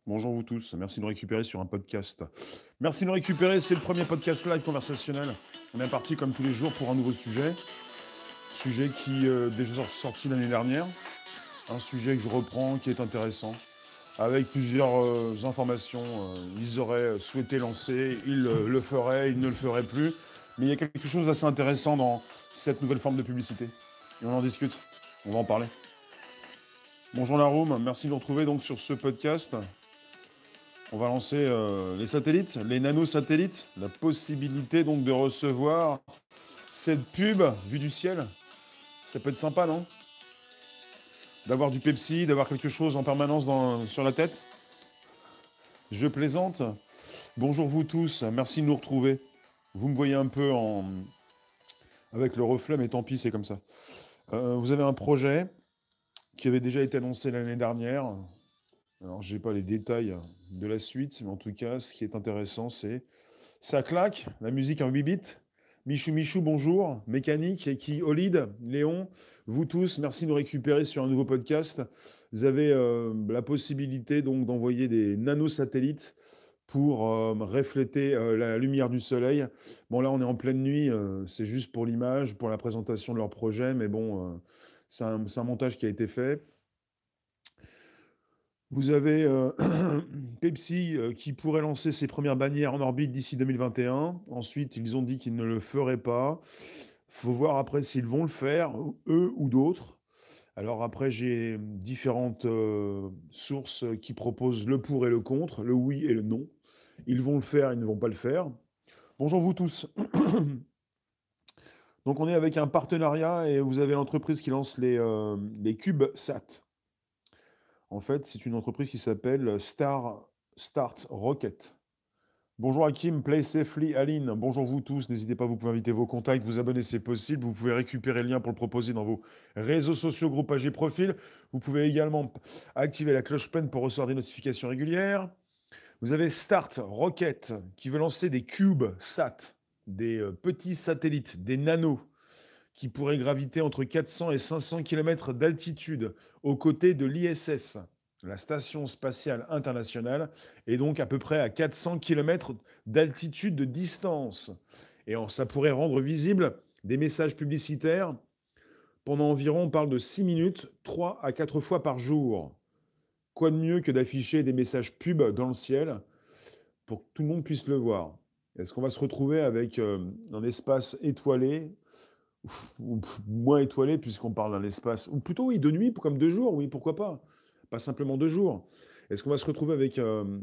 Bonjour vous tous, merci de nous récupérer sur un podcast. Merci de nous récupérer, c'est le premier podcast live conversationnel. On est parti comme tous les jours pour un nouveau sujet qui déjà sorti l'année dernière, un sujet que je reprends qui est intéressant, avec plusieurs informations. Ils auraient souhaité lancer, ils le feraient, ils ne le feraient plus, mais il y a quelque chose d'assez intéressant dans cette nouvelle forme de publicité. Et on en discute, on va en parler. Bonjour la room, merci de nous retrouver donc sur ce podcast. On va lancer les satellites, les nanosatellites, la possibilité donc de recevoir cette pub vue du ciel. Ça peut être sympa, non? D'avoir du Pepsi, d'avoir quelque chose en permanence sur la tête. Je plaisante. Bonjour vous tous, merci de nous retrouver. Vous me voyez un peu avec le reflet, mais tant pis, c'est comme ça. Vous avez un projet qui avait déjà été annoncé l'année dernière. Alors, j'ai pas les détails de la suite, mais en tout cas, ce qui est intéressant, c'est ça claque, la musique en 8 bits. Michou Michou, bonjour. Mécanique, et qui Olide, Léon, vous tous, merci de nous récupérer sur un nouveau podcast. Vous avez la possibilité donc d'envoyer des nanosatellites pour refléter la lumière du soleil. Bon, là, on est en pleine nuit, c'est juste pour l'image, pour la présentation de leur projet, mais bon, c'est un montage qui a été fait. Vous avez Pepsi qui pourrait lancer ses premières bannières en orbite d'ici 2021. Ensuite, ils ont dit qu'ils ne le feraient pas. Faut voir après s'ils vont le faire, eux ou d'autres. Alors après, j'ai différentes sources qui proposent le pour et le contre, le oui et le non. Ils vont le faire, ils ne vont pas le faire. Bonjour vous tous. Donc on est avec un partenariat et vous avez l'entreprise qui lance les CubeSat. En fait, c'est une entreprise qui s'appelle Start Rocket. Bonjour Hakim, Play Safely, Aline. Bonjour vous tous. N'hésitez pas, vous pouvez inviter vos contacts, vous abonner, c'est possible. Vous pouvez récupérer le lien pour le proposer dans vos réseaux sociaux, groupes AG Profil. Vous pouvez également activer la cloche pleine pour recevoir des notifications régulières. Vous avez Start Rocket qui veut lancer des CubeSat, des petits satellites, des nanos qui pourraient graviter entre 400 et 500 km d'altitude aux côtés de l'ISS, la Station spatiale internationale, et donc à peu près à 400 km d'altitude de distance. Et ça pourrait rendre visible des messages publicitaires pendant environ, on parle de 6 minutes, 3 à 4 fois par jour. Quoi de mieux que d'afficher des messages pub dans le ciel pour que tout le monde puisse le voir? Est-ce qu'on va se retrouver avec un espace étoilé ou moins étoilé puisqu'on parle d'un espace, ou plutôt oui, de nuit comme de jour, oui, pourquoi pas? Pas simplement de jour. Est-ce qu'on va se retrouver avec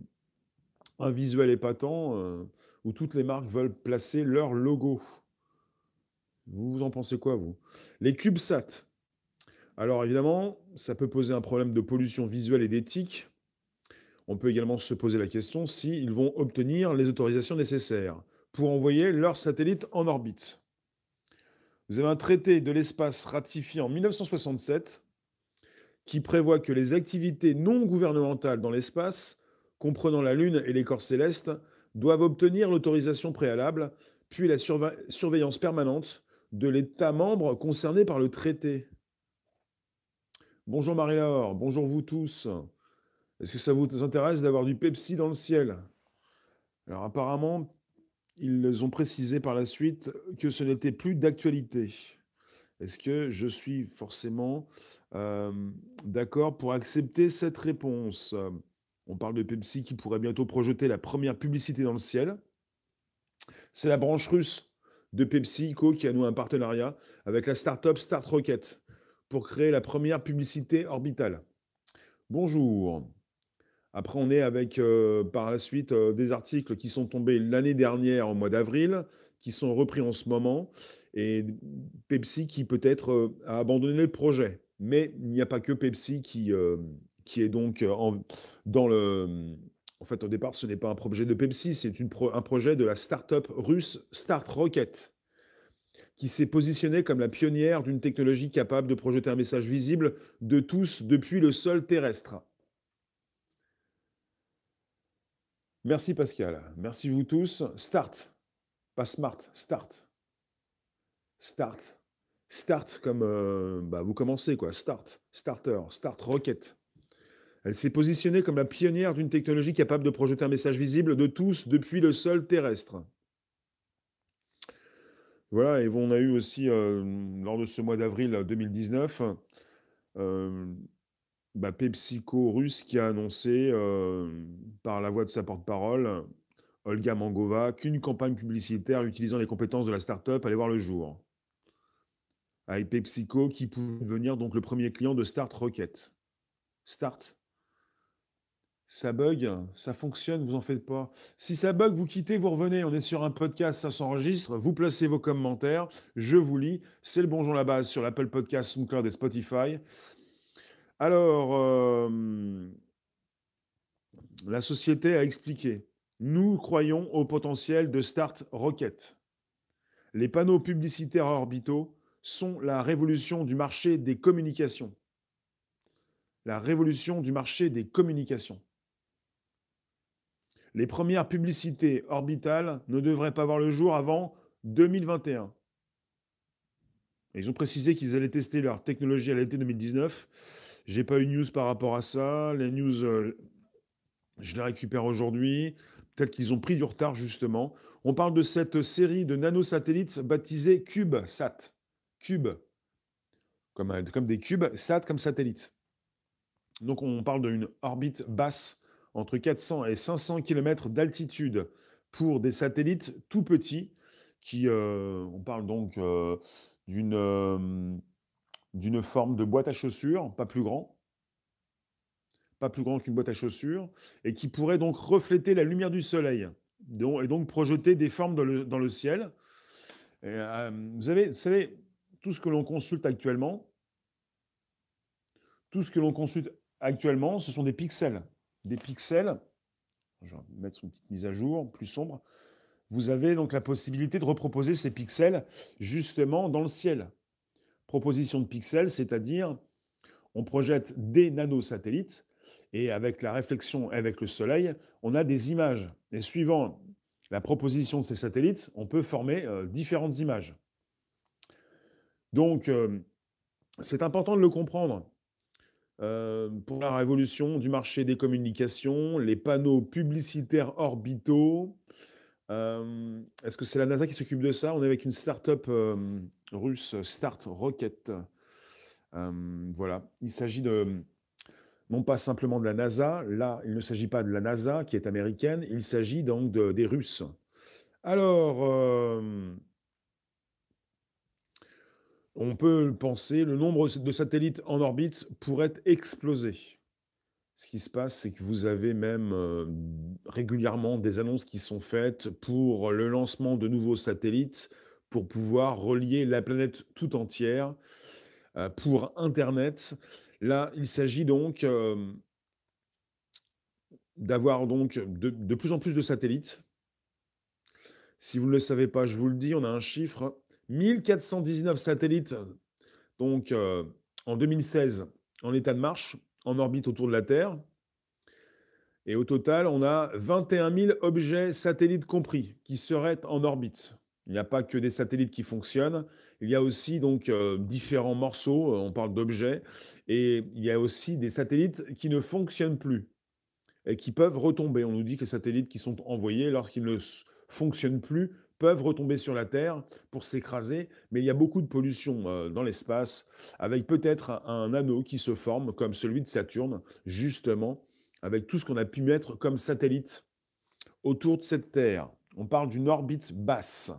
un visuel épatant où toutes les marques veulent placer leur logo? Vous en pensez quoi, vous? Les CubeSat. Alors évidemment, ça peut poser un problème de pollution visuelle et d'éthique. On peut également se poser la question s'ils vont obtenir les autorisations nécessaires pour envoyer leurs satellites en orbite. Vous avez un traité de l'espace ratifié en 1967 qui prévoit que les activités non gouvernementales dans l'espace, comprenant la Lune et les corps célestes, doivent obtenir l'autorisation préalable, puis la surveillance permanente de l'État membre concerné par le traité. Bonjour Marie-Laure, bonjour vous tous. Est-ce que ça vous intéresse d'avoir du Pepsi dans le ciel? Alors apparemment, ils ont précisé par la suite que ce n'était plus d'actualité. Est-ce que je suis forcément d'accord pour accepter cette réponse? On parle de Pepsi qui pourrait bientôt projeter la première publicité dans le ciel. C'est la branche russe de PepsiCo qui a noué un partenariat avec la start-up Start Rocket pour créer la première publicité orbitale. Bonjour. Après, on est avec par la suite des articles qui sont tombés l'année dernière au mois d'avril, qui sont repris en ce moment, et Pepsi qui peut-être a abandonné le projet. Mais il n'y a pas que Pepsi qui est donc dans le... En fait, au départ, ce n'est pas un projet de Pepsi, c'est un projet de la start-up russe Start Rocket, qui s'est positionnée comme la pionnière d'une technologie capable de projeter un message visible de tous depuis le sol terrestre. Merci Pascal. Merci vous tous. Start. Pas smart. Start. Start. Start comme vous commencez quoi. Start. Starter. Start Rocket. Elle s'est positionnée comme la pionnière d'une technologie capable de projeter un message visible de tous depuis le sol terrestre. Voilà, et on a eu aussi, lors de ce mois d'avril 2019, PepsiCo russe qui a annoncé, par la voix de sa porte-parole, Olga Mangova, qu'une campagne publicitaire utilisant les compétences de la start-up allait voir le jour. Avec PepsiCo qui pouvait devenir donc le premier client de Start Rocket. Start. Ça bug, ça fonctionne, vous en faites pas. Si ça bug, vous quittez, vous revenez. On est sur un podcast, ça s'enregistre. Vous placez vos commentaires, je vous lis. C'est le Bonjour la base sur l'Apple Podcast, SoundCloud et Spotify. Alors, la société a expliqué. Nous croyons au potentiel de Start Rocket. Les panneaux publicitaires orbitaux sont la révolution du marché des communications. La révolution du marché des communications. Les premières publicités orbitales ne devraient pas voir le jour avant 2021. Ils ont précisé qu'ils allaient tester leur technologie à l'été 2019. J'ai pas eu de news par rapport à ça. Les news, je les récupère aujourd'hui. Peut-être qu'ils ont pris du retard, justement. On parle de cette série de nanosatellites baptisés CubeSat. Cube, comme des cubes, sat comme satellite. Donc on parle d'une orbite basse entre 400 et 500 km d'altitude pour des satellites tout petits qui, on parle donc d'une forme de boîte à chaussures, pas plus grand qu'une boîte à chaussures, et qui pourrait donc refléter la lumière du soleil et donc projeter des formes dans le ciel. Et, vous savez, tout ce que l'on consulte actuellement, ce sont des pixels. Des pixels, je vais mettre une petite mise à jour plus sombre. Vous avez donc la possibilité de reproposer ces pixels justement dans le ciel. Proposition de pixels, c'est-à-dire on projette des nanosatellites et avec la réflexion avec le soleil, on a des images. Et suivant la proposition de ces satellites, on peut former différentes images. Donc, c'est important de le comprendre. Pour la révolution du marché des communications, les panneaux publicitaires orbitaux. Est-ce que c'est la NASA qui s'occupe de ça? On est avec une start-up russe, Start Rocket. Voilà, il s'agit non pas simplement de la NASA, là, il ne s'agit pas de la NASA qui est américaine, il s'agit donc des Russes. Alors, on peut le penser, le nombre de satellites en orbite pourrait exploser. Ce qui se passe, c'est que vous avez même régulièrement des annonces qui sont faites pour le lancement de nouveaux satellites pour pouvoir relier la planète tout entière pour Internet. Là, il s'agit donc d'avoir donc de plus en plus de satellites. Si vous ne le savez pas, je vous le dis, on a un chiffre 1419 satellites donc en 2016 en état de marche, en orbite autour de la Terre. Et au total, on a 21 000 objets satellites compris qui seraient en orbite. Il n'y a pas que des satellites qui fonctionnent, il y a aussi donc différents morceaux, on parle d'objets, et il y a aussi des satellites qui ne fonctionnent plus et qui peuvent retomber. On nous dit que les satellites qui sont envoyés, lorsqu'ils ne fonctionnent plus, peuvent retomber sur la Terre pour s'écraser, mais il y a beaucoup de pollution dans l'espace, avec peut-être un anneau qui se forme, comme celui de Saturne, justement, avec tout ce qu'on a pu mettre comme satellite autour de cette Terre. On parle d'une orbite basse.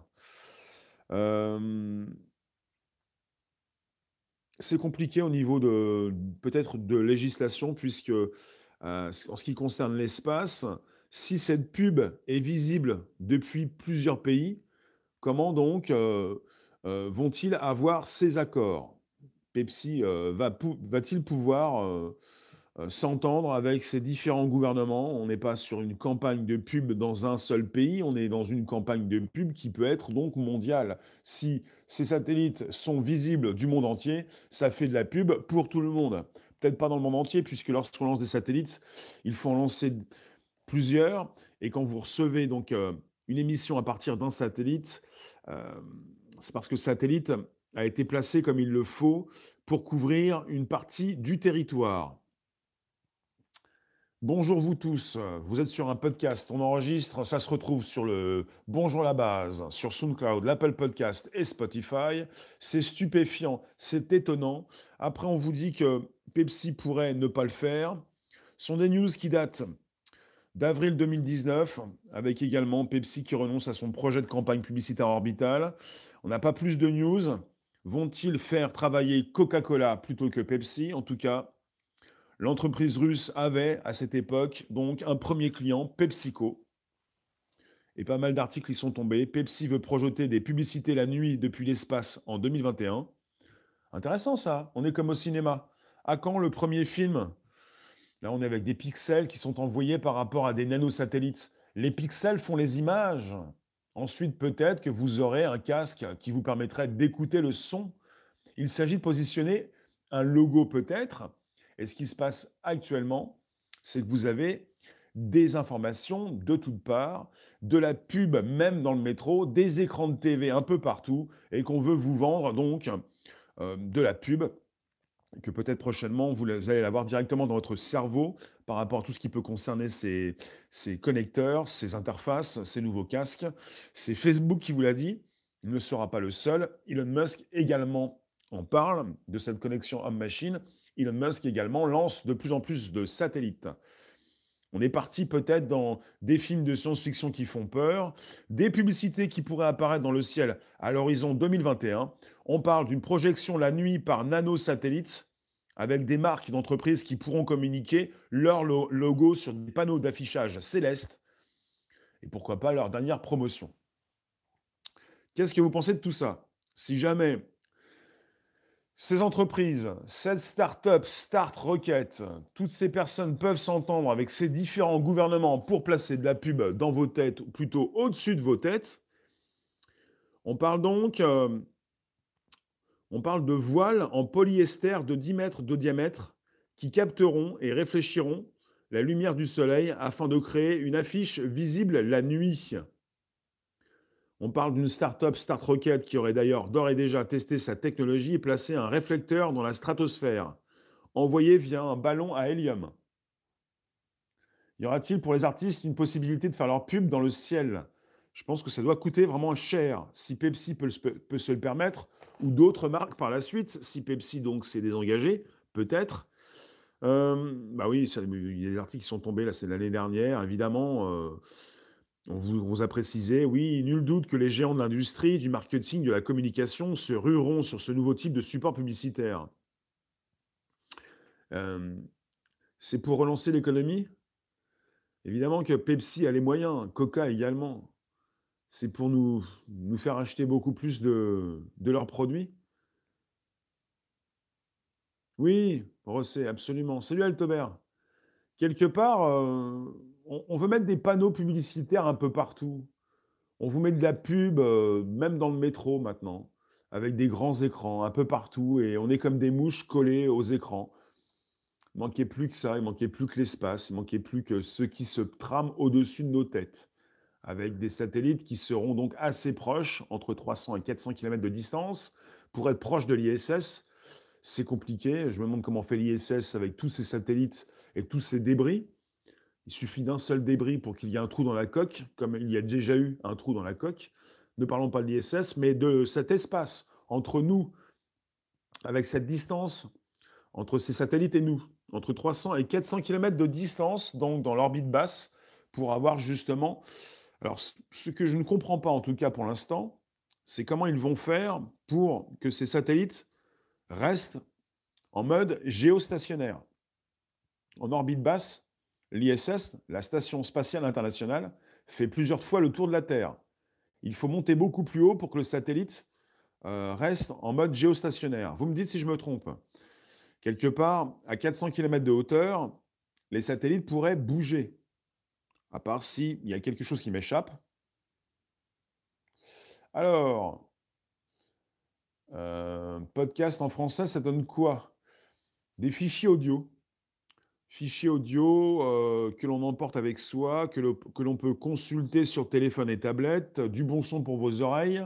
C'est compliqué au niveau peut-être de législation, puisque en ce qui concerne l'espace, si cette pub est visible depuis plusieurs pays, comment donc vont-ils avoir ces accords? Pepsi va-t-il pouvoir s'entendre avec ces différents gouvernements? On n'est pas sur une campagne de pub dans un seul pays, on est dans une campagne de pub qui peut être donc mondiale. Si ces satellites sont visibles du monde entier, ça fait de la pub pour tout le monde. Peut-être pas dans le monde entier, puisque lorsqu'on lance des satellites, il faut en lancer plusieurs. Et quand vous recevez donc une émission à partir d'un satellite, c'est parce que ce satellite a été placé comme il le faut pour couvrir une partie du territoire. Bonjour vous tous, vous êtes sur un podcast, on enregistre, ça se retrouve sur le Bonjour la base, sur SoundCloud, l'Apple Podcast et Spotify. C'est stupéfiant, c'est étonnant. Après, on vous dit que Pepsi pourrait ne pas le faire. Ce sont des news qui datent d'avril 2019, avec également Pepsi qui renonce à son projet de campagne publicitaire orbitale. On n'a pas plus de news. Vont-ils faire travailler Coca-Cola plutôt que Pepsi? En tout cas, l'entreprise russe avait, à cette époque, donc un premier client, PepsiCo. Et pas mal d'articles y sont tombés. Pepsi veut projeter des publicités la nuit depuis l'espace en 2021. Intéressant ça, on est comme au cinéma. À quand le premier film? Là, on est avec des pixels qui sont envoyés par rapport à des nanosatellites. Les pixels font les images. Ensuite, peut-être que vous aurez un casque qui vous permettrait d'écouter le son. Il s'agit de positionner un logo peut-être. Et ce qui se passe actuellement, c'est que vous avez des informations de toutes parts, de la pub même dans le métro, des écrans de TV un peu partout, et qu'on veut vous vendre donc de la pub que peut-être prochainement vous allez l'avoir directement dans votre cerveau par rapport à tout ce qui peut concerner ces connecteurs, ces interfaces, ces nouveaux casques. C'est Facebook qui vous l'a dit, il ne sera pas le seul. Elon Musk également en parle de cette connexion homme-machine. Elon Musk également lance de plus en plus de satellites. On est parti peut-être dans des films de science-fiction qui font peur, des publicités qui pourraient apparaître dans le ciel à l'horizon 2021. On parle d'une projection la nuit par nanosatellites avec des marques d'entreprises qui pourront communiquer leur logo sur des panneaux d'affichage célestes et pourquoi pas leur dernière promotion. Qu'est-ce que vous pensez de tout ça? Si jamais ces entreprises, cette start-up, Start Rocket, toutes ces personnes peuvent s'entendre avec ces différents gouvernements pour placer de la pub dans vos têtes, ou plutôt au-dessus de vos têtes. On parle donc de voiles en polyester de 10 mètres de diamètre qui capteront et réfléchiront la lumière du soleil afin de créer une affiche visible la nuit. On parle d'une start-up Start Rocket qui aurait d'ailleurs d'ores et déjà testé sa technologie et placé un réflecteur dans la stratosphère, envoyé via un ballon à hélium. Y aura-t-il pour les artistes une possibilité de faire leur pub dans le ciel? Je pense que ça doit coûter vraiment cher, si Pepsi peut se le permettre, ou d'autres marques par la suite, si Pepsi donc s'est désengagé, peut-être. Bah oui, il y a des articles qui sont tombés, là c'est l'année dernière, évidemment. On vous a précisé, oui, nul doute que les géants de l'industrie, du marketing, de la communication se rueront sur ce nouveau type de support publicitaire. Euh, c'est pour relancer l'économie? Évidemment que Pepsi a les moyens, Coca également. C'est pour nous faire acheter beaucoup plus de leurs produits? Oui, Rosset, absolument. Salut Altobert. Quelque part, on veut mettre des panneaux publicitaires un peu partout. On vous met de la pub, même dans le métro maintenant, avec des grands écrans un peu partout, et on est comme des mouches collées aux écrans. Il manquait plus que ça, il manquait plus que l'espace, il manquait plus que ce qui se trame au-dessus de nos têtes, avec des satellites qui seront donc assez proches, entre 300 et 400 km de distance. Pour être proche de l'ISS, c'est compliqué. Je me demande comment fait l'ISS avec tous ces satellites et tous ces débris. Il suffit d'un seul débris pour qu'il y ait un trou dans la coque, comme il y a déjà eu un trou dans la coque. Ne parlons pas de l'ISS, mais de cet espace entre nous, avec cette distance entre ces satellites et nous, entre 300 et 400 km de distance, donc dans l'orbite basse, pour avoir justement... Alors, ce que je ne comprends pas, en tout cas pour l'instant, c'est comment ils vont faire pour que ces satellites restent en mode géostationnaire. En orbite basse, l'ISS, la Station spatiale internationale, fait plusieurs fois le tour de la Terre. Il faut monter beaucoup plus haut pour que le satellite reste en mode géostationnaire. Vous me dites si je me trompe. Quelque part, à 400 km de hauteur, les satellites pourraient bouger. À part s'il y a quelque chose qui m'échappe. Alors, podcast en français, ça donne quoi? Des fichiers audio. Fichiers audio que l'on emporte avec soi, que l'on peut consulter sur téléphone et tablette, du bon son pour vos oreilles.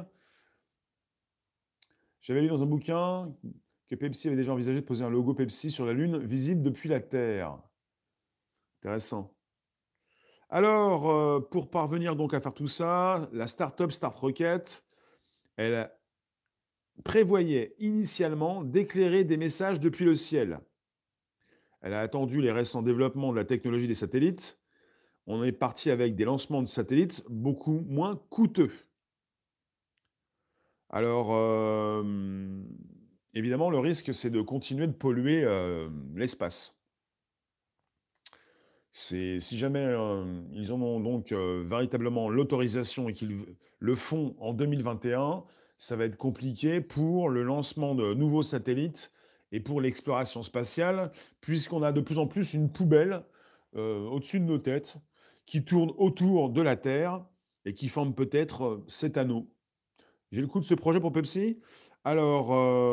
J'avais lu dans un bouquin que Pepsi avait déjà envisagé de poser un logo Pepsi sur la Lune visible depuis la Terre. Intéressant. Alors, pour parvenir donc à faire tout ça, la start-up Start Rocket, elle prévoyait initialement d'éclairer des messages depuis le ciel. Elle a attendu les récents développements de la technologie des satellites. On est parti avec des lancements de satellites beaucoup moins coûteux. Alors, évidemment, le risque, c'est de continuer de polluer l'espace. Si jamais ils en ont donc véritablement l'autorisation et qu'ils le font en 2021, ça va être compliqué pour le lancement de nouveaux satellites et pour l'exploration spatiale, puisqu'on a de plus en plus une poubelle au-dessus de nos têtes qui tourne autour de la Terre et qui forme peut-être cet anneau. J'ai le coup de ce projet pour Pepsi. Alors,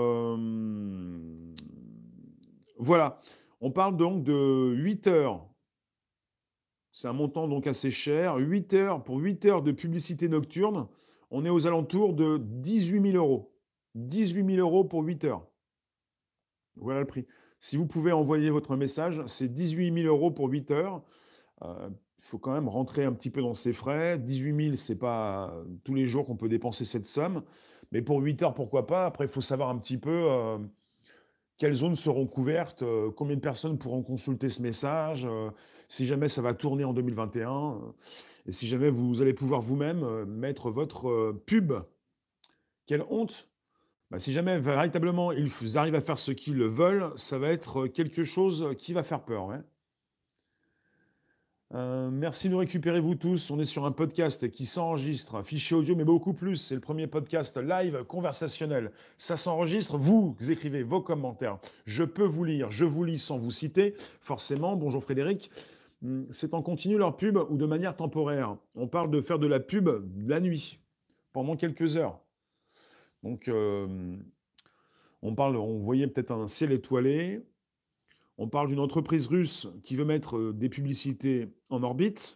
voilà. On parle donc de 8 heures. C'est un montant donc assez cher. 8 heures, pour 8 heures de publicité nocturne, on est aux alentours de 18 000 euros. 18 000 euros pour 8 heures. Voilà le prix. Si vous pouvez envoyer votre message, c'est 18 000 euros pour 8 heures. Il faut quand même rentrer un petit peu dans ses frais. 18 000, c'est pas tous les jours qu'on peut dépenser cette somme. Mais pour 8 heures, pourquoi pas. Après, il faut savoir un petit peu quelles zones seront couvertes, combien de personnes pourront consulter ce message, si jamais ça va tourner en 2021, et si jamais vous allez pouvoir vous-même mettre votre pub. Quelle honte! Bah, si jamais véritablement ils arrivent à faire ce qu'ils veulent, ça va être quelque chose qui va faire peur, ouais. Merci de nous récupérer, vous tous. On est sur un podcast qui s'enregistre, un fichier audio, mais beaucoup plus. C'est le premier podcast live conversationnel. Ça s'enregistre, vous écrivez vos commentaires. Je peux vous lire, je vous lis sans vous citer, forcément. Bonjour Frédéric. C'est en continu leur pub ou de manière temporaire? On parle de faire de la pub la nuit, pendant quelques heures. Donc, on voyait peut-être un ciel étoilé. On parle d'une entreprise russe qui veut mettre des publicités en orbite.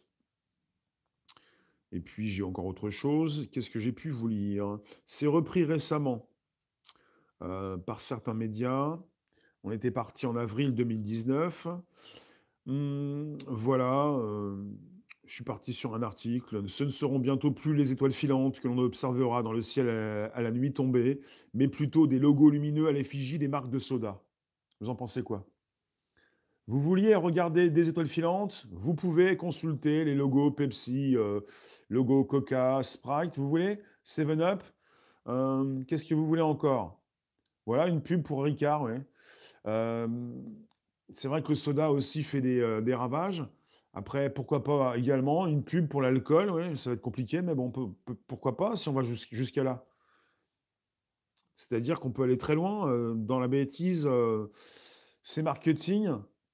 Et puis j'ai encore autre chose. Qu'est-ce que j'ai pu vous lire? C'est repris récemment par certains médias. On était parti en avril 2019. Voilà, je suis parti sur un article. Ce ne seront bientôt plus les étoiles filantes que l'on observera dans le ciel à la nuit tombée, mais plutôt des logos lumineux à l'effigie des marques de soda. Vous en pensez quoi? Vous vouliez regarder des étoiles filantes? Vous pouvez consulter les logos Pepsi, logo Coca, Sprite. Vous voulez? 7-Up. Qu'est-ce que vous voulez encore? Voilà, une pub pour Ricard, ouais. Euh, c'est vrai que le soda aussi fait des ravages. Après, pourquoi pas également une pub pour l'alcool? Ouais, ça va être compliqué, mais bon, pourquoi pas si on va jusqu'à là? C'est-à-dire qu'on peut aller très loin dans la bêtise. C'est marketing.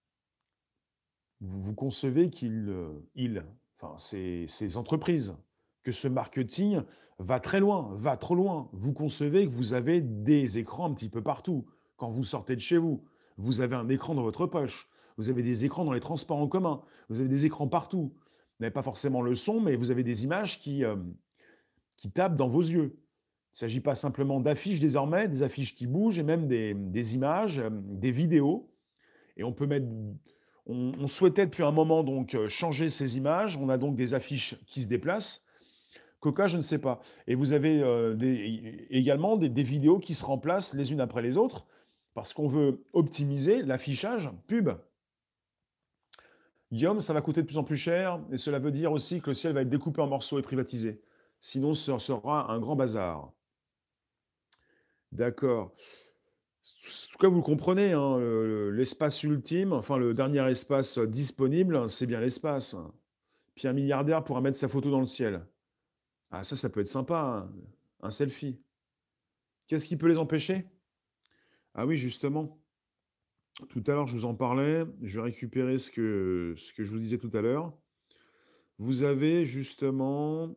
Vous concevez enfin, ces entreprises, que ce marketing va très loin, va trop loin. Vous concevez que vous avez des écrans un petit peu partout. Quand vous sortez de chez vous, vous avez un écran dans votre poche. Vous avez des écrans dans les transports en commun. Vous avez des écrans partout. Vous n'avez pas forcément le son, mais vous avez des images qui tapent dans vos yeux. Il ne s'agit pas simplement d'affiches désormais, des affiches qui bougent et même des images, des vidéos. Et on souhaitait depuis un moment donc changer ces images. On a donc des affiches qui se déplacent. Coca, je ne sais pas. Et vous avez également des vidéos qui se remplacent les unes après les autres parce qu'on veut optimiser l'affichage pub. Guillaume, ça va coûter de plus en plus cher et cela veut dire aussi que le ciel va être découpé en morceaux et privatisé. Sinon, ce sera un grand bazar. D'accord. En tout cas, vous le comprenez, hein, l'espace ultime, enfin le dernier espace disponible, c'est bien l'espace. Puis un milliardaire pourra mettre sa photo dans le ciel. Ah, ça peut être sympa, hein, un selfie. Qu'est-ce qui peut les empêcher? Ah oui, justement. Tout à l'heure, je vous en parlais. Je vais récupérer ce que je vous disais tout à l'heure. Vous avez justement...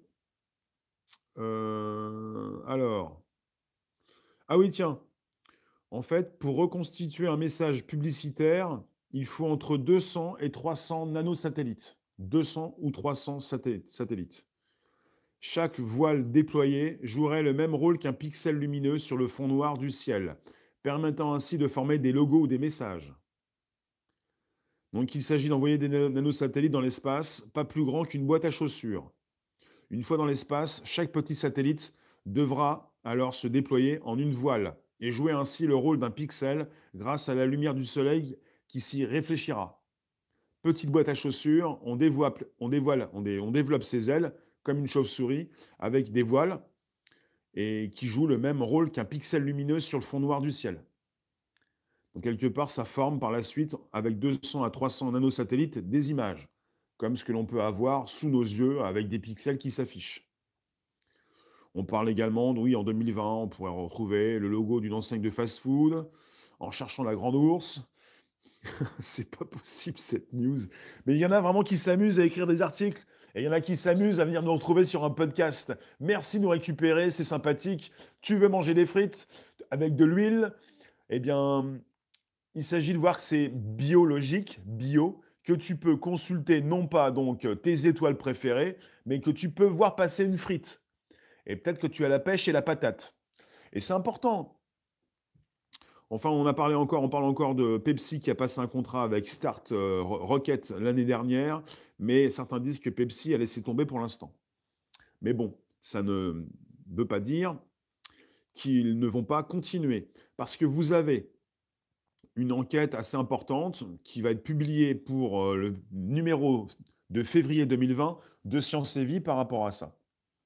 alors... Ah oui, tiens. En fait, pour reconstituer un message publicitaire, il faut entre 200 et 300 nanosatellites. 200 ou 300 satellites. Chaque voile déployée jouerait le même rôle qu'un pixel lumineux sur le fond noir du ciel, permettant ainsi de former des logos ou des messages. Donc, il s'agit d'envoyer des nanosatellites dans l'espace, pas plus grand qu'une boîte à chaussures. Une fois dans l'espace, chaque petit satellite devra alors se déployer en une voile et jouer ainsi le rôle d'un pixel grâce à la lumière du Soleil qui s'y réfléchira. Petite boîte à chaussures, on développe ses ailes comme une chauve-souris avec des voiles et qui joue le même rôle qu'un pixel lumineux sur le fond noir du ciel. Donc quelque part, ça forme par la suite, avec 200 à 300 nanosatellites, des images, comme ce que l'on peut avoir sous nos yeux avec des pixels qui s'affichent. On parle également, oui, en 2020, on pourrait retrouver le logo d'une enseigne de fast-food en cherchant la grande ours. C'est pas possible cette news. Mais il y en a vraiment qui s'amusent à écrire des articles. Et il y en a qui s'amusent à venir nous retrouver sur un podcast. Merci de nous récupérer, c'est sympathique. Tu veux manger des frites avec de l'huile? Eh bien, il s'agit de voir que c'est biologique, bio, que tu peux consulter non pas donc tes étoiles préférées, mais que tu peux voir passer une frite. Et peut-être que tu as la pêche et la patate. Et c'est important. Enfin, on parle encore de Pepsi qui a passé un contrat avec Start Rocket l'année dernière, mais certains disent que Pepsi a laissé tomber pour l'instant. Mais bon, ça ne veut pas dire qu'ils ne vont pas continuer. Parce que vous avez une enquête assez importante qui va être publiée pour le numéro de février 2020 de Science et Vie par rapport à ça.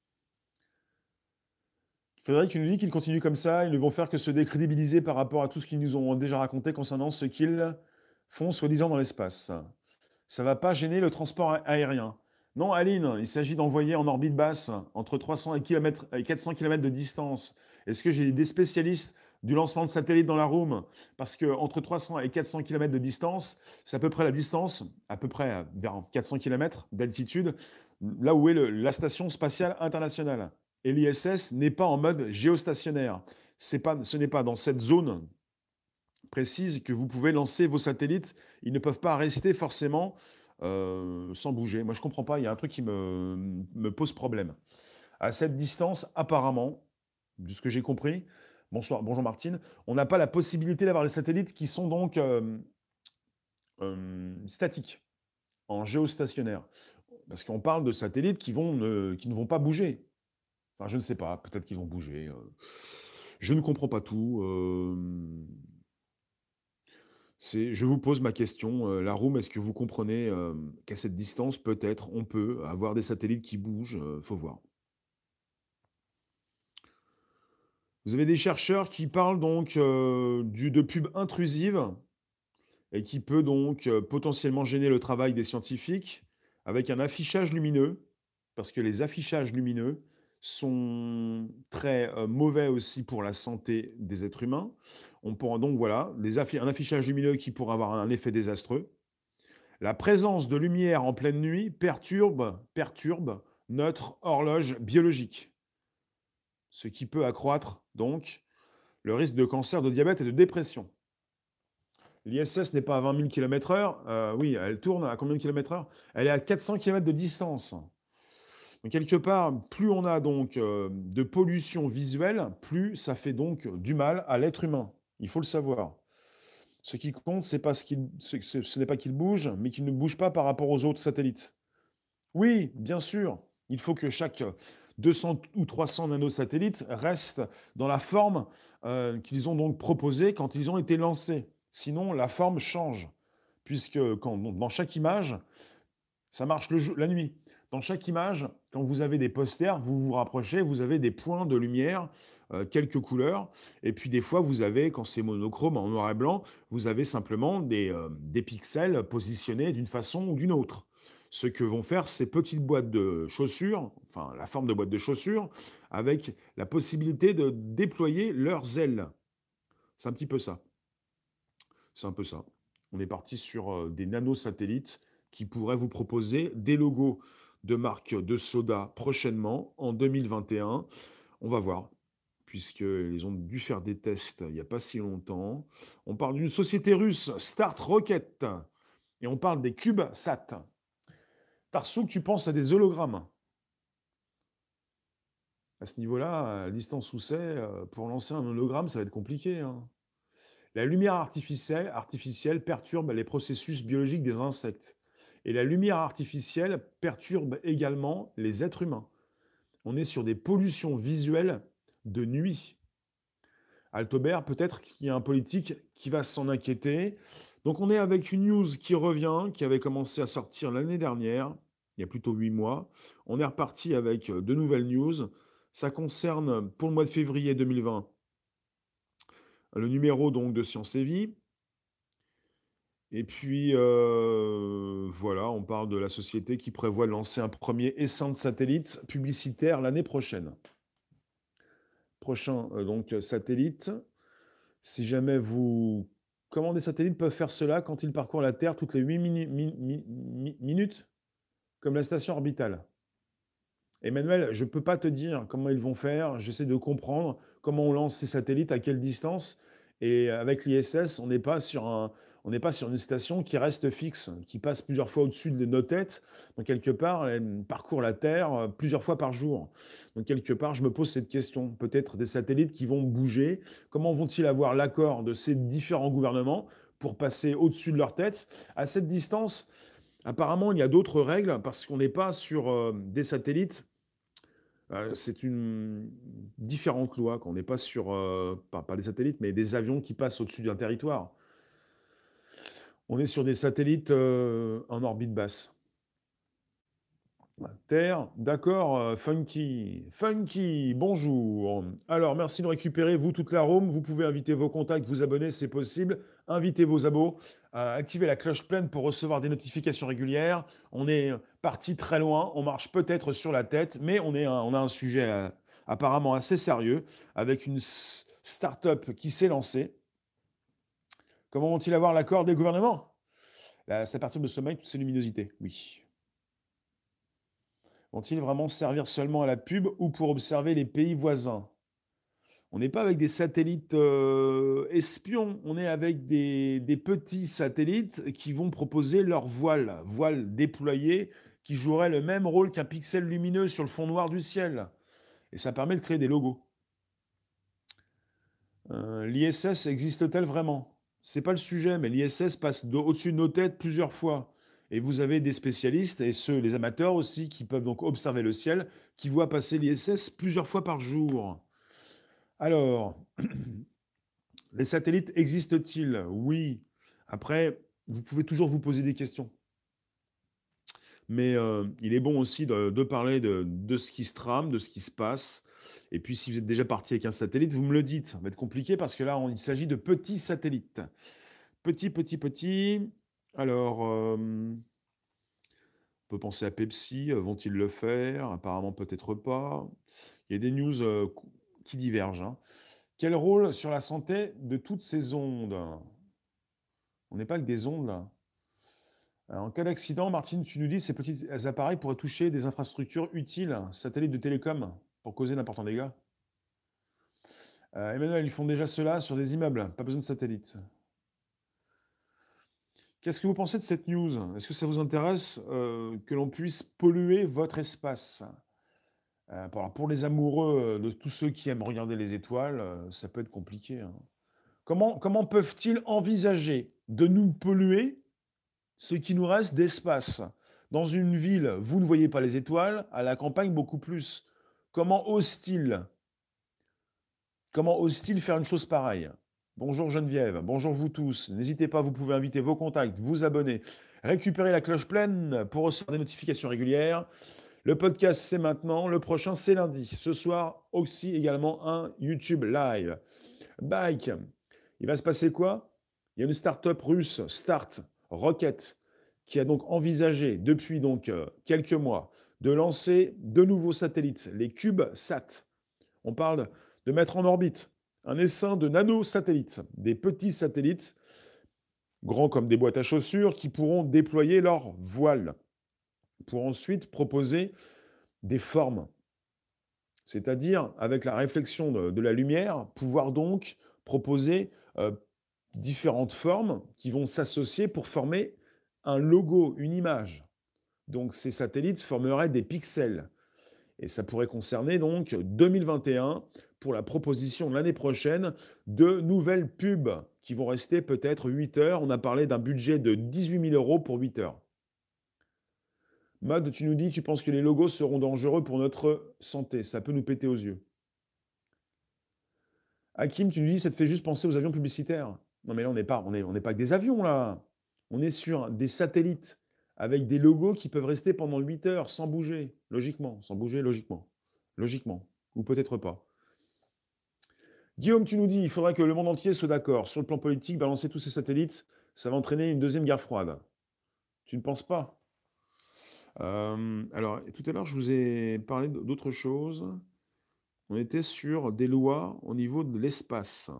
Frédéric, il nous dit qu'ils continuent comme ça, ils ne vont faire que se décrédibiliser par rapport à tout ce qu'ils nous ont déjà raconté concernant ce qu'ils font soi-disant dans l'espace. Ça ne va pas gêner le transport aérien. Non, Aline, il s'agit d'envoyer en orbite basse entre 300 et 400 km de distance. Est-ce que j'ai des spécialistes du lancement de satellites dans la room? Parce que entre 300 et 400 km de distance, c'est à peu près la distance, à peu près vers 400 km d'altitude, là où est la station spatiale internationale. Et l'ISS n'est pas en mode géostationnaire. Ce n'est pas dans cette zone précise que vous pouvez lancer vos satellites. Ils ne peuvent pas rester forcément sans bouger. Moi, je ne comprends pas. Il y a un truc qui me pose problème. À cette distance, apparemment, de ce que j'ai compris, bonjour Martine, on n'a pas la possibilité d'avoir des satellites qui sont donc statiques, en géostationnaire. Parce qu'on parle de satellites qui ne vont pas bouger. Enfin, je ne sais pas, peut-être qu'ils vont bouger. Je ne comprends pas tout. Je vous pose ma question. La room, est-ce que vous comprenez qu'à cette distance, peut-être, on peut avoir des satellites qui bougent? Faut voir. Vous avez des chercheurs qui parlent donc de pubs intrusives et qui peut donc potentiellement gêner le travail des scientifiques avec un affichage lumineux, parce que les affichages lumineux sont très mauvais aussi pour la santé des êtres humains. On pourra donc, voilà, un affichage lumineux qui pourrait avoir un effet désastreux. La présence de lumière en pleine nuit perturbe notre horloge biologique, ce qui peut accroître donc le risque de cancer, de diabète et de dépression. L'ISS n'est pas à 20 000 km/h. Oui, elle tourne à combien de kilomètres heure? Elle est à 400 km de distance. Donc, quelque part, plus on a donc de pollution visuelle, plus ça fait donc du mal à l'être humain. Il faut le savoir. Ce qui compte, ce n'est pas qu'il bouge, mais qu'il ne bouge pas par rapport aux autres satellites. Oui, bien sûr, il faut que chaque 200 ou 300 nanosatellites restent dans la forme qu'ils ont donc proposée quand ils ont été lancés. Sinon, la forme change, puisque dans chaque image, ça marche la nuit. Dans chaque image, quand vous avez des posters, vous vous rapprochez, vous avez des points de lumière, quelques couleurs, et puis des fois, vous avez, quand c'est monochrome en noir et blanc, vous avez simplement des pixels positionnés d'une façon ou d'une autre. Ce que vont faire ces petites boîtes de chaussures, enfin la forme de boîte de chaussures, avec la possibilité de déployer leurs ailes. C'est un petit peu ça. C'est un peu ça. On est parti sur des nanosatellites qui pourraient vous proposer des logos de marques de soda prochainement, en 2021. On va voir, puisqu'ils ont dû faire des tests il n'y a pas si longtemps. On parle d'une société russe, Start Rocket, et on parle des CubeSat. Tarsouk, tu penses à des hologrammes. À ce niveau-là, à la distance où c'est, pour lancer un hologramme, ça va être compliqué, hein. La lumière artificielle perturbe les processus biologiques des insectes. Et la lumière artificielle perturbe également les êtres humains. On est sur des pollutions visuelles de nuit. Altobert, peut-être qu'il y a un politique qui va s'en inquiéter. Donc on est avec une news qui revient, qui avait commencé à sortir l'année dernière, il y a plutôt 8 mois. On est reparti avec de nouvelles news. Ça concerne, pour le mois de février 2020, le numéro donc de Science et Vie. Et puis, voilà, on parle de la société qui prévoit de lancer un premier essaim de satellites publicitaires l'année prochaine. Prochain donc satellite. Si jamais vous... Comment des satellites peuvent faire cela quand ils parcourent la Terre toutes les 8 minutes, comme la station orbitale? Emmanuel, je ne peux pas te dire comment ils vont faire. J'essaie de comprendre comment on lance ces satellites, à quelle distance. Et avec l'ISS, on n'est pas sur une station qui reste fixe, qui passe plusieurs fois au-dessus de nos têtes. Donc, quelque part, elle parcourt la Terre plusieurs fois par jour. Donc, quelque part, je me pose cette question. Peut-être des satellites qui vont bouger. Comment vont-ils avoir l'accord de ces différents gouvernements pour passer au-dessus de leur tête? À cette distance, apparemment, il y a d'autres règles parce qu'on n'est pas sur des satellites. C'est une différente loi, qu'on n'est pas sur, pas des satellites, mais des avions qui passent au-dessus d'un territoire. On est sur des satellites en orbite basse. Terre, d'accord, Funky. Funky, bonjour. Alors, merci de récupérer, vous, toute la room. Vous pouvez inviter vos contacts, vous abonner, c'est possible. Invitez vos abos. Activez la cloche pleine pour recevoir des notifications régulières. On est parti très loin. On marche peut-être sur la tête, mais on a un sujet apparemment assez sérieux avec une start-up qui s'est lancée. Comment vont-ils avoir l'accord des gouvernements? Ça perturbe le sommeil, toutes ces luminosités. Oui. Vont-ils vraiment servir seulement à la pub ou pour observer les pays voisins? On n'est pas avec des satellites espions, on est avec des petits satellites qui vont proposer leur voile déployé qui jouerait le même rôle qu'un pixel lumineux sur le fond noir du ciel. Et ça permet de créer des logos. L'ISS existe-t-elle vraiment? C'est pas le sujet, mais l'ISS passe au-dessus de nos têtes plusieurs fois. Et vous avez des spécialistes, et ceux, les amateurs aussi, qui peuvent donc observer le ciel, qui voient passer l'ISS plusieurs fois par jour. Alors, les satellites existent-ils? Oui. Après, vous pouvez toujours vous poser des questions. Mais il est bon aussi de parler de ce qui se trame, de ce qui se passe. Et puis, si vous êtes déjà parti avec un satellite, vous me le dites. Ça va être compliqué parce que là, il s'agit de petits satellites. Petits. Alors, on peut penser à Pepsi. Vont-ils le faire? Apparemment, peut-être pas. Il y a des news qui divergent, hein. Quel rôle sur la santé de toutes ces ondes? On n'est pas avec des ondes, là. En cas d'accident, Martine, tu nous dis ces petits appareils pourraient toucher des infrastructures utiles, satellites de télécom, pour causer d'importants dégâts. Emmanuel, ils font déjà cela sur des immeubles, pas besoin de satellites. Qu'est-ce que vous pensez de cette news? Est-ce que ça vous intéresse que l'on puisse polluer votre espace? Pour les amoureux de tous ceux qui aiment regarder les étoiles, ça peut être compliqué, hein. Comment peuvent-ils envisager de nous polluer ce qui nous reste d'espace? Dans une ville, vous ne voyez pas les étoiles, à la campagne, beaucoup plus. Comment osent-ils faire une chose pareille? Bonjour Geneviève, bonjour vous tous. N'hésitez pas, vous pouvez inviter vos contacts, vous abonner, récupérer la cloche pleine pour recevoir des notifications régulières. Le podcast, c'est maintenant. Le prochain, c'est lundi. Ce soir, aussi également un YouTube Live. Bike, il va se passer quoi? Il y a une start-up russe, Start Rocket, qui a donc envisagé depuis donc quelques mois de lancer de nouveaux satellites, les CubeSat. On parle de mettre en orbite un essaim de nanosatellites, des petits satellites, grands comme des boîtes à chaussures, qui pourront déployer leur voile pour ensuite proposer des formes. C'est-à-dire, avec la réflexion de la lumière, pouvoir donc proposer différentes formes qui vont s'associer pour former un logo, une image. Donc ces satellites formeraient des pixels. Et ça pourrait concerner donc 2021 pour la proposition l'année prochaine de nouvelles pubs qui vont rester peut-être 8 heures. On a parlé d'un budget de 18 000 € pour 8 heures. Mad, tu nous dis, tu penses que les logos seront dangereux pour notre santé. Ça peut nous péter aux yeux. Hakim, tu nous dis, ça te fait juste penser aux avions publicitaires. Non, mais là, on n'est pas avec des avions, là. On est sur des satellites avec des logos qui peuvent rester pendant 8 heures sans bouger, logiquement. Sans bouger, logiquement. Logiquement. Ou peut-être pas. Guillaume, tu nous dis, il faudrait que le monde entier soit d'accord. Sur le plan politique, balancer tous ces satellites, ça va entraîner une deuxième guerre froide. Tu ne penses pas? Alors, tout à l'heure, je vous ai parlé d'autre chose. On était sur des lois au niveau de l'espace.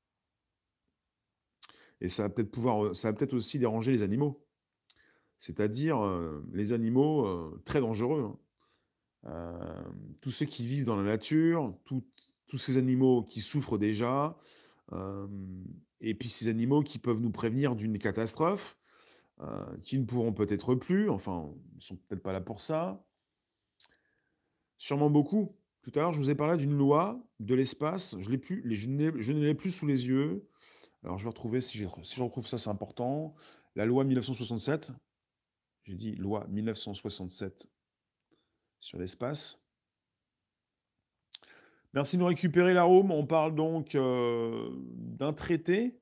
Et ça va peut-être aussi déranger les animaux. C'est-à-dire les animaux très dangereux, hein. Tous ceux qui vivent dans la nature, tous ces animaux qui souffrent déjà, et puis ces animaux qui peuvent nous prévenir d'une catastrophe, qui ne pourront peut-être plus, enfin, ils ne sont peut-être pas là pour ça. Sûrement beaucoup. Tout à l'heure, je vous ai parlé d'une loi de l'espace, je ne l'ai plus sous les yeux. Alors, je vais retrouver, si je retrouve ça, c'est important. La loi 1967, j'ai dit loi 1967 sur l'espace. Merci de nous récupérer, Larome. On parle donc d'un traité,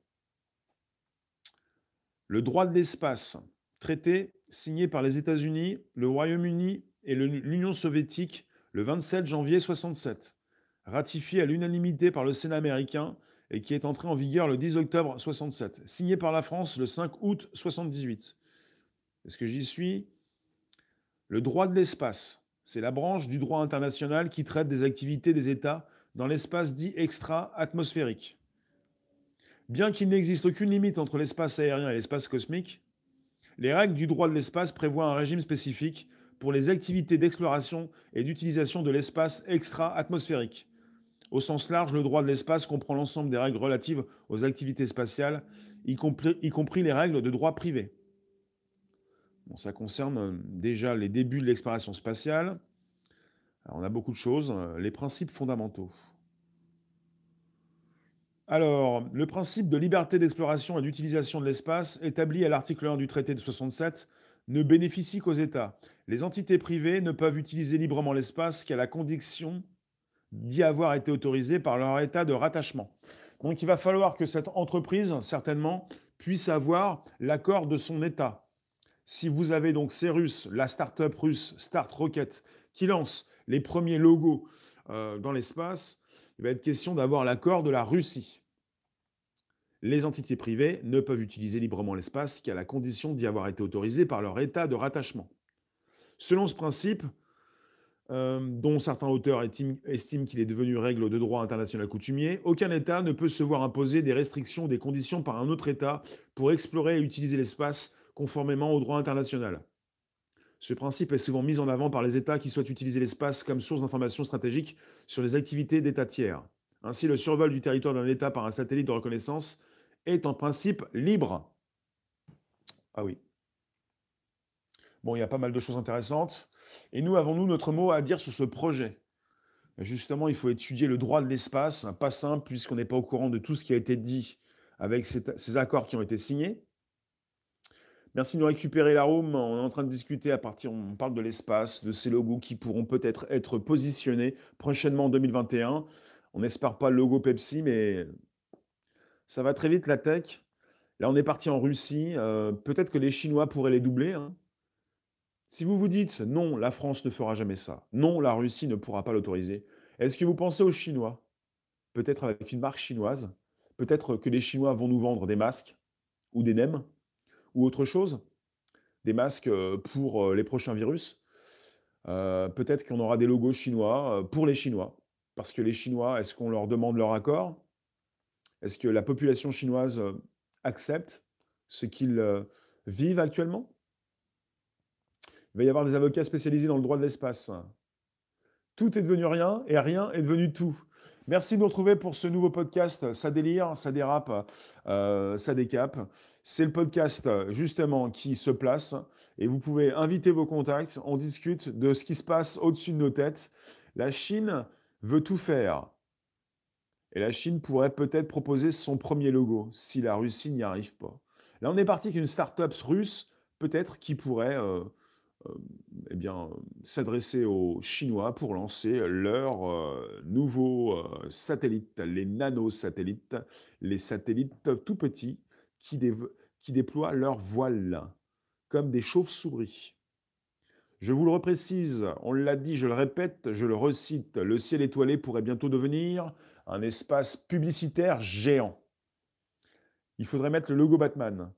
le droit de l'espace, traité signé par les États-Unis, le Royaume-Uni et l'Union soviétique le 27 janvier 67, ratifié à l'unanimité par le Sénat américain et qui est entré en vigueur le 10 octobre 67, signé par la France le 5 août 78. Est-ce que j'y suis? Le droit de l'espace, c'est la branche du droit international qui traite des activités des États dans l'espace dit extra-atmosphérique. Bien qu'il n'existe aucune limite entre l'espace aérien et l'espace cosmique, les règles du droit de l'espace prévoient un régime spécifique pour les activités d'exploration et d'utilisation de l'espace extra-atmosphérique. Au sens large, le droit de l'espace comprend l'ensemble des règles relatives aux activités spatiales, y compris les règles de droit privé. Bon, ça concerne déjà les débuts de l'exploration spatiale. Alors, on a beaucoup de choses. Les principes fondamentaux. Alors, le principe de liberté d'exploration et d'utilisation de l'espace, établi à l'article 1 du traité de 67, ne bénéficie qu'aux États. Les entités privées ne peuvent utiliser librement l'espace qu'à la condition d'y avoir été autorisées par leur État de rattachement. Donc il va falloir que cette entreprise, certainement, puisse avoir l'accord de son État. Si vous avez donc ces Russes, la start-up russe Start Rocket, qui lance les premiers logos dans l'espace, il va être question d'avoir l'accord de la Russie. Les entités privées ne peuvent utiliser librement l'espace qu'à la condition d'y avoir été autorisées par leur État de rattachement. Selon ce principe, dont certains auteurs estiment qu'il est devenu règle de droit international coutumier, aucun État ne peut se voir imposer des restrictions ou des conditions par un autre État pour explorer et utiliser l'espace conformément au droit international. Ce principe est souvent mis en avant par les États qui souhaitent utiliser l'espace comme source d'informations stratégiques sur les activités d'États tiers. Ainsi, le survol du territoire d'un État par un satellite de reconnaissance est en principe libre. Ah oui. Bon, il y a pas mal de choses intéressantes. Et nous, avons-nous notre mot à dire sur ce projet? Justement, il faut étudier le droit de l'espace, pas simple puisqu'on n'est pas au courant de tout ce qui a été dit avec ces accords qui ont été signés. Merci de nous récupérer l'arôme. On est en train de discuter on parle de l'espace, de ces logos qui pourront peut-être être positionnés prochainement en 2021. On n'espère pas le logo Pepsi, mais ça va très vite la tech. Là, on est parti en Russie. Peut-être que les Chinois pourraient les doubler, hein. Si vous vous dites non, la France ne fera jamais ça, non, la Russie ne pourra pas l'autoriser, est-ce que vous pensez aux Chinois? Peut-être avec une marque chinoise? Peut-être que les Chinois vont nous vendre des masques ou des nems ou autre chose? Des masques pour les prochains virus? Peut-être qu'on aura des logos chinois pour les Chinois. Parce que les Chinois, est-ce qu'on leur demande leur accord? Est-ce que la population chinoise accepte ce qu'ils vivent actuellement? Il va y avoir des avocats spécialisés dans le droit de l'espace. Tout est devenu rien et rien est devenu tout. Merci de nous retrouver pour ce nouveau podcast. Ça délire, ça dérape, ça décape. C'est le podcast justement qui se place et vous pouvez inviter vos contacts. On discute de ce qui se passe au-dessus de nos têtes. La Chine veut tout faire. Et la Chine pourrait peut-être proposer son premier logo, si la Russie n'y arrive pas. Là, on est parti avec une start-up russe, peut-être, qui pourrait euh, eh bien, s'adresser aux Chinois pour lancer leur nouveau satellite, les nanosatellites, les satellites tout petits qui déploient leur voile, comme des chauves-souris. Je vous le reprécise, on l'a dit, je le répète, je le recite, le ciel étoilé pourrait bientôt devenir un espace publicitaire géant. Il faudrait mettre le logo Batman.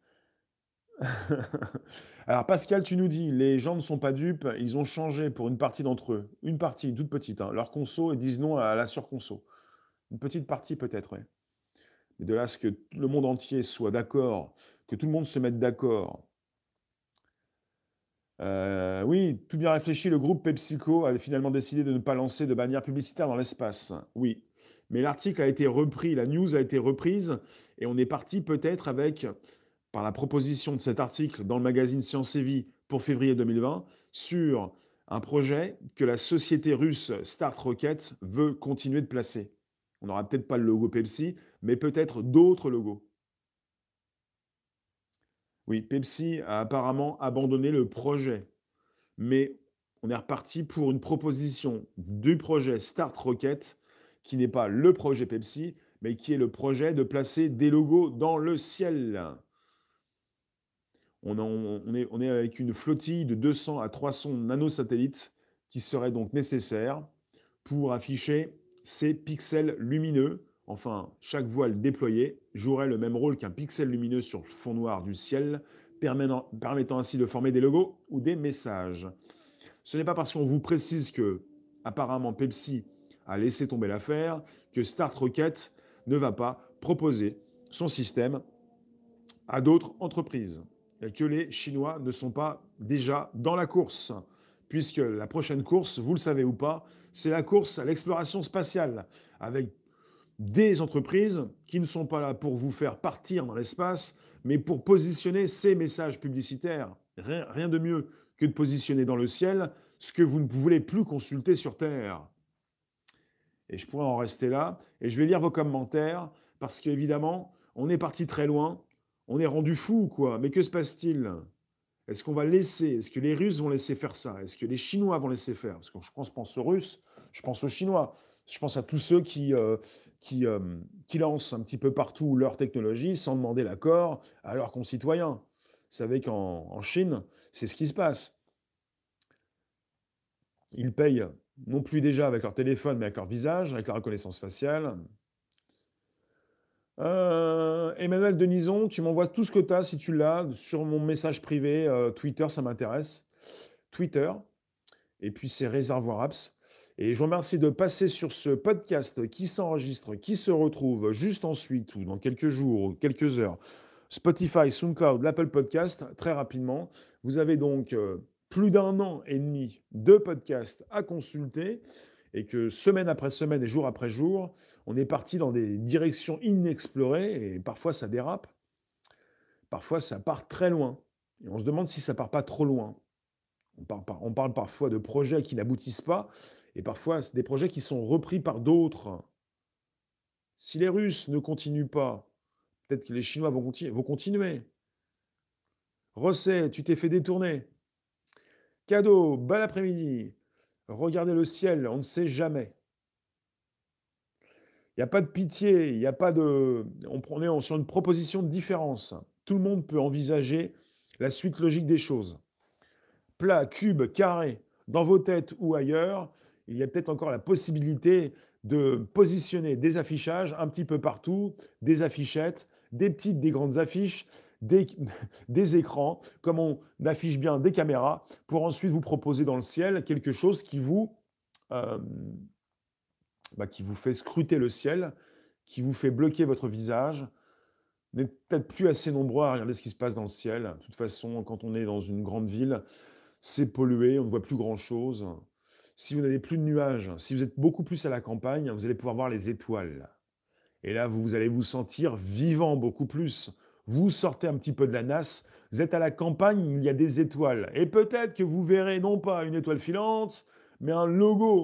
Alors Pascal, tu nous dis, les gens ne sont pas dupes, ils ont changé pour une partie d'entre eux, une partie, une toute petite, hein, leur conso et disent non à la surconso. Une petite partie peut-être, oui. Mais de là à ce que le monde entier soit d'accord, que tout le monde se mette d'accord. Oui, tout bien réfléchi, le groupe PepsiCo a finalement décidé de ne pas lancer de bannière publicitaire dans l'espace. Oui, mais l'article a été repris, la news a été reprise, et on est parti peut-être avec, par la proposition de cet article dans le magazine Science et Vie pour février 2020, sur un projet que la société russe Start Rocket veut continuer de placer. On n'aura peut-être pas le logo Pepsi, mais peut-être d'autres logos. Oui, Pepsi a apparemment abandonné le projet, mais on est reparti pour une proposition du projet Start Rocket, qui n'est pas le projet Pepsi, mais qui est le projet de placer des logos dans le ciel. On est avec une flottille de 200 à 300 nanosatellites qui seraient donc nécessaires pour afficher ces pixels lumineux. Enfin, chaque voile jouerait le même rôle qu'un pixel lumineux sur le fond noir du ciel, permettant ainsi de former des logos ou des messages. Ce n'est pas parce qu'on vous précise que, apparemment, Pepsi a laissé tomber l'affaire que Start Rocket ne va pas proposer son système à d'autres entreprises. Et que les Chinois ne sont pas déjà dans la course, puisque la prochaine course, vous le savez ou pas, c'est la course à l'exploration spatiale, avec des entreprises qui ne sont pas là pour vous faire partir dans l'espace, mais pour positionner ces messages publicitaires. Rien de mieux que de positionner dans le ciel ce que vous ne voulez plus consulter sur Terre. Et je pourrais en rester là, et je vais lire vos commentaires, parce qu'évidemment, on est parti très loin, on est rendu fou, quoi. Mais que se passe-t-il? Est-ce qu'on va laisser, est-ce que les Russes vont laisser faire ça? Est-ce que les Chinois vont laisser faire? Parce que quand je pense aux Russes, je pense aux Chinois. Je pense à tous ceux qui lancent un petit peu partout leur technologie sans demander l'accord à leurs concitoyens. Vous savez qu'en Chine, c'est ce qui se passe. Ils payent non plus déjà avec leur téléphone, mais avec leur visage, avec la reconnaissance faciale. Emmanuel Denison, tu m'envoies tout ce que tu as, si tu l'as, sur mon message privé, Twitter, ça m'intéresse. Twitter, et puis c'est Réservoir Apps. Et je vous remercie de passer sur ce podcast qui s'enregistre, qui se retrouve juste ensuite, ou dans quelques jours, ou quelques heures, Spotify, SoundCloud, l'Apple Podcast, très rapidement. Vous avez donc plus d'un an et demi de podcast à consulter, et que semaine après semaine et jour après jour, on est parti dans des directions inexplorées, et parfois ça dérape, parfois ça part très loin. Et on se demande si ça part pas trop loin. On parle parfois de projets qui n'aboutissent pas, et parfois c'est des projets qui sont repris par d'autres. Si les Russes ne continuent pas, peut-être que les Chinois vont continuer. Rosset, tu t'es fait détourner. Cadeau, bon après-midi. Regardez le ciel, on ne sait jamais. Il n'y a pas de pitié, il n'y a pas de... On est sur une proposition de différence. Tout le monde peut envisager la suite logique des choses. Plat, cube, carré, dans vos têtes ou ailleurs, il y a peut-être encore la possibilité de positionner des affichages un petit peu partout, des affichettes, des petites, des grandes affiches, des écrans, comme on affiche bien des caméras, pour ensuite vous proposer dans le ciel quelque chose euh, qui vous fait scruter le ciel, qui vous fait bloquer votre visage. Vous n'êtes peut-être plus assez nombreux à regarder ce qui se passe dans le ciel. De toute façon, quand on est dans une grande ville, c'est pollué, on ne voit plus grand-chose. Si vous n'avez plus de nuages, si vous êtes beaucoup plus à la campagne, vous allez pouvoir voir les étoiles. Et là, vous allez vous sentir vivant beaucoup plus. Vous sortez un petit peu de la nasse, vous êtes à la campagne, il y a des étoiles. Et peut-être que vous verrez non pas une étoile filante, mais un logo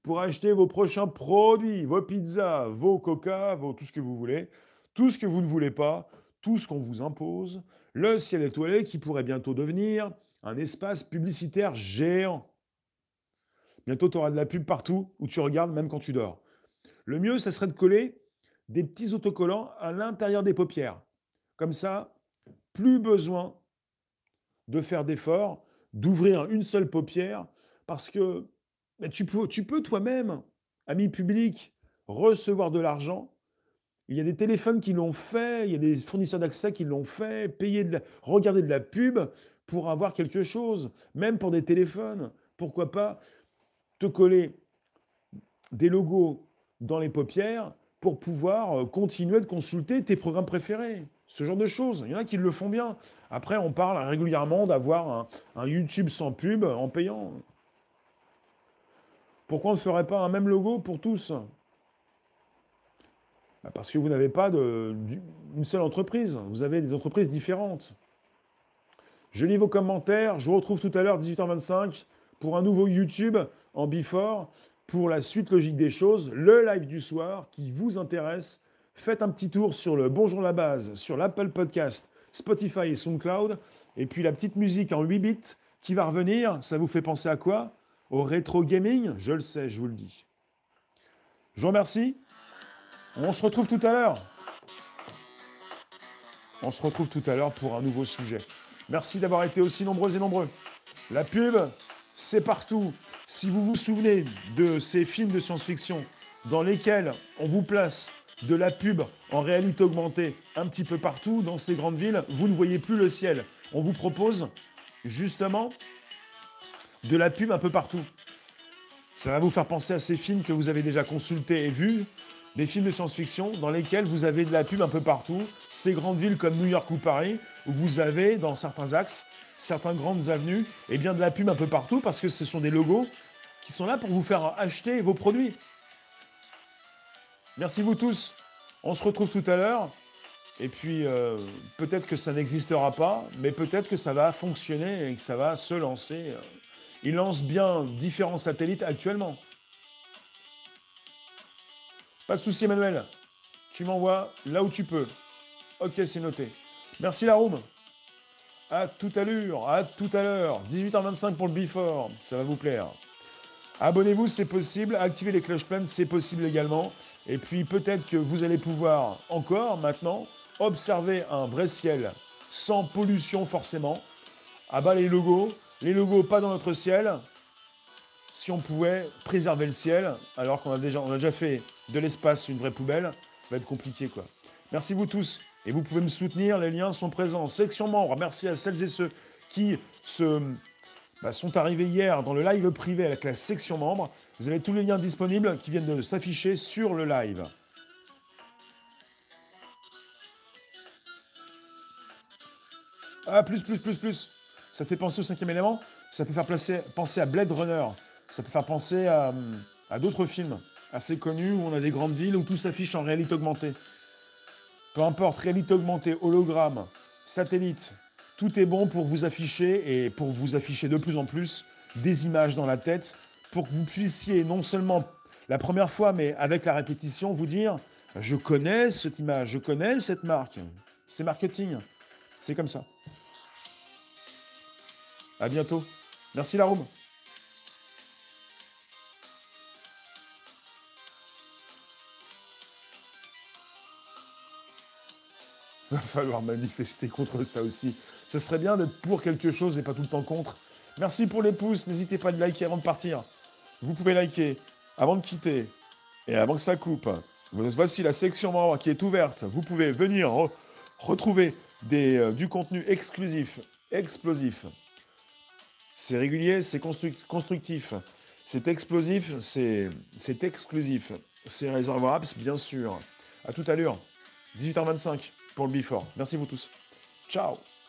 pour acheter vos prochains produits, vos pizzas, vos coca, vos tout ce que vous voulez, tout ce que vous ne voulez pas, tout ce qu'on vous impose. Le ciel étoilé qui pourrait bientôt devenir un espace publicitaire géant. Bientôt, tu auras de la pub partout où tu regardes, même quand tu dors. Le mieux, ça serait de coller des petits autocollants à l'intérieur des paupières. Comme ça, plus besoin de faire d'efforts, d'ouvrir une seule paupière, parce que tu peux toi-même, ami public, recevoir de l'argent. Il y a des téléphones qui l'ont fait, il y a des fournisseurs d'accès qui l'ont fait, regarder de la pub pour avoir quelque chose, même pour des téléphones. Pourquoi pas te coller des logos dans les paupières pour pouvoir continuer de consulter tes programmes préférés. Ce genre de choses. Il y en a qui le font bien. Après, on parle régulièrement d'avoir un YouTube sans pub en payant. Pourquoi on ne ferait pas un même logo pour tous? Parce que vous n'avez pas une seule entreprise. Vous avez des entreprises différentes. Je lis vos commentaires. Je vous retrouve tout à l'heure, 18h25, pour un nouveau YouTube en before, pour la suite logique des choses, le live du soir qui vous intéresse. Faites un petit tour sur le Bonjour la base, sur l'Apple Podcast, Spotify et SoundCloud. Et puis la petite musique en 8 bits qui va revenir, ça vous fait penser à quoi? Au rétro gaming? Je le sais, je vous le dis. Je vous remercie. On se retrouve tout à l'heure. On se retrouve tout à l'heure pour un nouveau sujet. Merci d'avoir été aussi nombreux et nombreux. La pub, c'est partout. Si vous vous souvenez de ces films de science-fiction dans lesquels on vous place de la pub en réalité augmentée un petit peu partout dans ces grandes villes, vous ne voyez plus le ciel. On vous propose justement de la pub un peu partout. Ça va vous faire penser à ces films que vous avez déjà consultés et vus, des films de science-fiction dans lesquels vous avez de la pub un peu partout, ces grandes villes comme New York ou Paris, où vous avez dans certains axes, certaines grandes avenues, et bien de la pub un peu partout parce que ce sont des logos qui sont là pour vous faire acheter vos produits. Merci vous tous. On se retrouve tout à l'heure. Et puis, peut-être que ça n'existera pas, mais peut-être que ça va fonctionner et que ça va se lancer. Il lance bien différents satellites actuellement. Pas de souci, Emmanuel. Tu m'envoies là où tu peux. Ok, c'est noté. Merci, la room. À tout à l'heure. 18h25 pour le before. Ça va vous plaire. Abonnez-vous, c'est possible. Activez les cloches pleines, c'est possible également. Et puis, peut-être que vous allez pouvoir encore, maintenant, observer un vrai ciel sans pollution forcément. Ah bah les logos pas dans notre ciel. Si on pouvait préserver le ciel, alors qu'on a déjà fait de l'espace une vraie poubelle, ça va être compliqué quoi. Merci vous tous. Et vous pouvez me soutenir, les liens sont présents. Section membres, merci à celles et ceux qui sont arrivés hier dans le live privé avec la section membres. Vous avez tous les liens disponibles qui viennent de s'afficher sur le live. Ah, plus. Ça fait penser au 5e élément. Ça peut faire penser à Blade Runner. Ça peut faire penser à d'autres films assez connus où on a des grandes villes où tout s'affiche en réalité augmentée. Peu importe, réalité augmentée, hologramme, satellite, tout est bon pour vous afficher et pour vous afficher de plus en plus des images dans la tête pour que vous puissiez non seulement la première fois, mais avec la répétition, vous dire « Je connais cette image, je connais cette marque. » C'est marketing. C'est comme ça. À bientôt. Merci la room. Va falloir manifester contre ça aussi. Ça serait bien d'être pour quelque chose et pas tout le temps contre. Merci pour les pouces. N'hésitez pas à liker avant de partir. Vous pouvez liker avant de quitter et avant que ça coupe. Voici la section membre qui est ouverte. Vous pouvez venir retrouver du contenu exclusif, explosif. C'est régulier, c'est constructif. C'est explosif, c'est exclusif. C'est réservoir apps, bien sûr. À tout à l'heure, 18h25 pour le before. Merci vous tous. Ciao.